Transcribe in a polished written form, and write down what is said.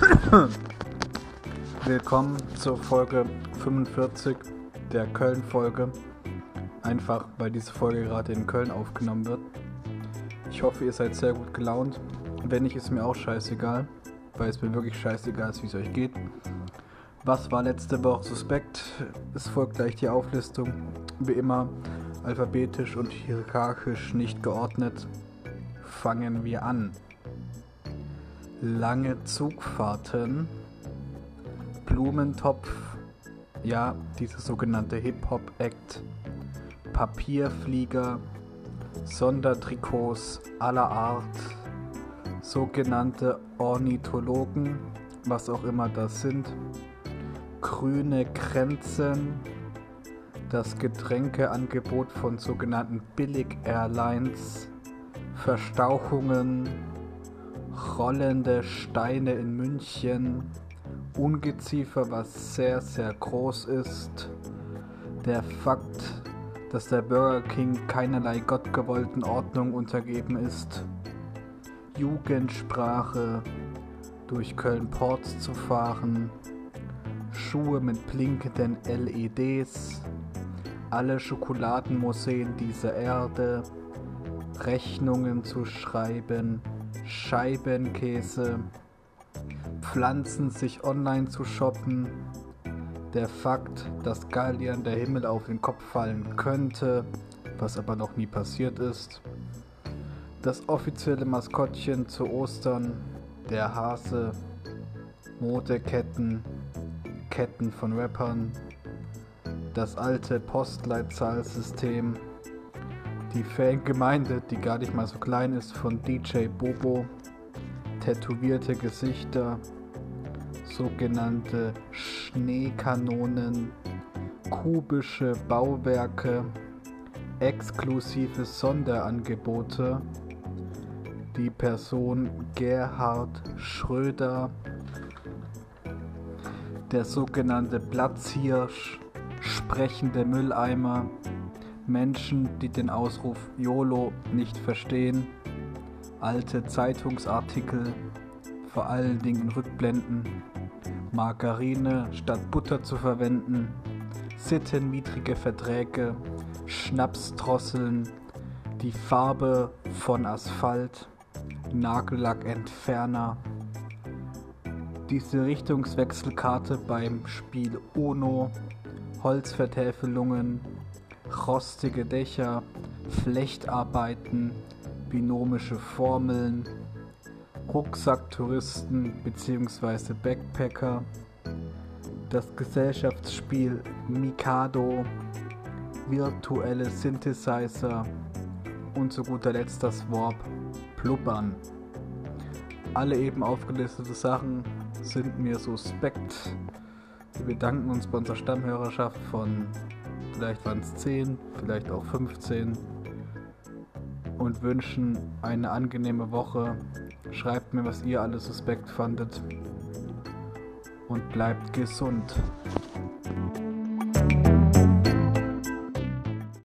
Willkommen zur Folge 45 der Köln-Folge. Einfach, weil diese Folge gerade in Köln aufgenommen wird. Ich hoffe, ihr seid sehr gut gelaunt. Wenn nicht, ist mir auch scheißegal, weil es mir wirklich scheißegal ist, wie es euch geht. Was war letzte Woche suspekt? Es folgt gleich die Auflistung. Wie immer alphabetisch und hierarchisch nicht geordnet. Fangen wir an. Lange Zugfahrten, Blumentopf, ja, dieser sogenannte Hip-Hop-Act, Papierflieger, Sondertrikots aller Art, sogenannte Ornithologen, was auch immer das sind, grüne Kränzen, das Getränkeangebot von sogenannten Billig-Airlines, Verstauchungen, rollende Steine in München, Ungeziefer, was sehr, sehr groß ist, der Fakt, dass der Burger King keinerlei gottgewollten Ordnung untergeben ist, Jugendsprache, durch Köln-Ports zu fahren, Schuhe mit blinkenden LEDs, alle Schokoladenmuseen dieser Erde, Rechnungen zu schreiben, Scheibenkäse, Pflanzen sich online zu shoppen, der Fakt, dass Galliern der Himmel auf den Kopf fallen könnte, was aber noch nie passiert ist, das offizielle Maskottchen zu Ostern, der Hase, Modeketten, Ketten von Rappern, das alte Postleitzahlsystem, die Fangemeinde, die gar nicht mal so klein ist, von DJ Bobo, tätowierte Gesichter, sogenannte Schneekanonen, kubische Bauwerke, exklusive Sonderangebote, die Person Gerhard Schröder, der sogenannte Platzhirsch, sprechende Mülleimer, Menschen, die den Ausruf YOLO nicht verstehen, alte Zeitungsartikel, vor allen Dingen Rückblenden, Margarine statt Butter zu verwenden, sittenwidrige Verträge, Schnapsdrosseln, die Farbe von Asphalt, Nagellackentferner, diese Richtungswechselkarte beim Spiel UNO, Holzvertäfelungen, rostige Dächer, Flechtarbeiten, binomische Formeln, Rucksacktouristen bzw. Backpacker, das Gesellschaftsspiel Mikado, virtuelle Synthesizer und zu guter Letzt das Warp Blubbern. Alle eben aufgelistete Sachen sind mir suspekt. Wir bedanken uns bei unserer Stammhörerschaft von, vielleicht waren es 10, vielleicht auch 15 und wünschen eine angenehme Woche. Schreibt mir, was ihr alles suspekt fandet und bleibt gesund.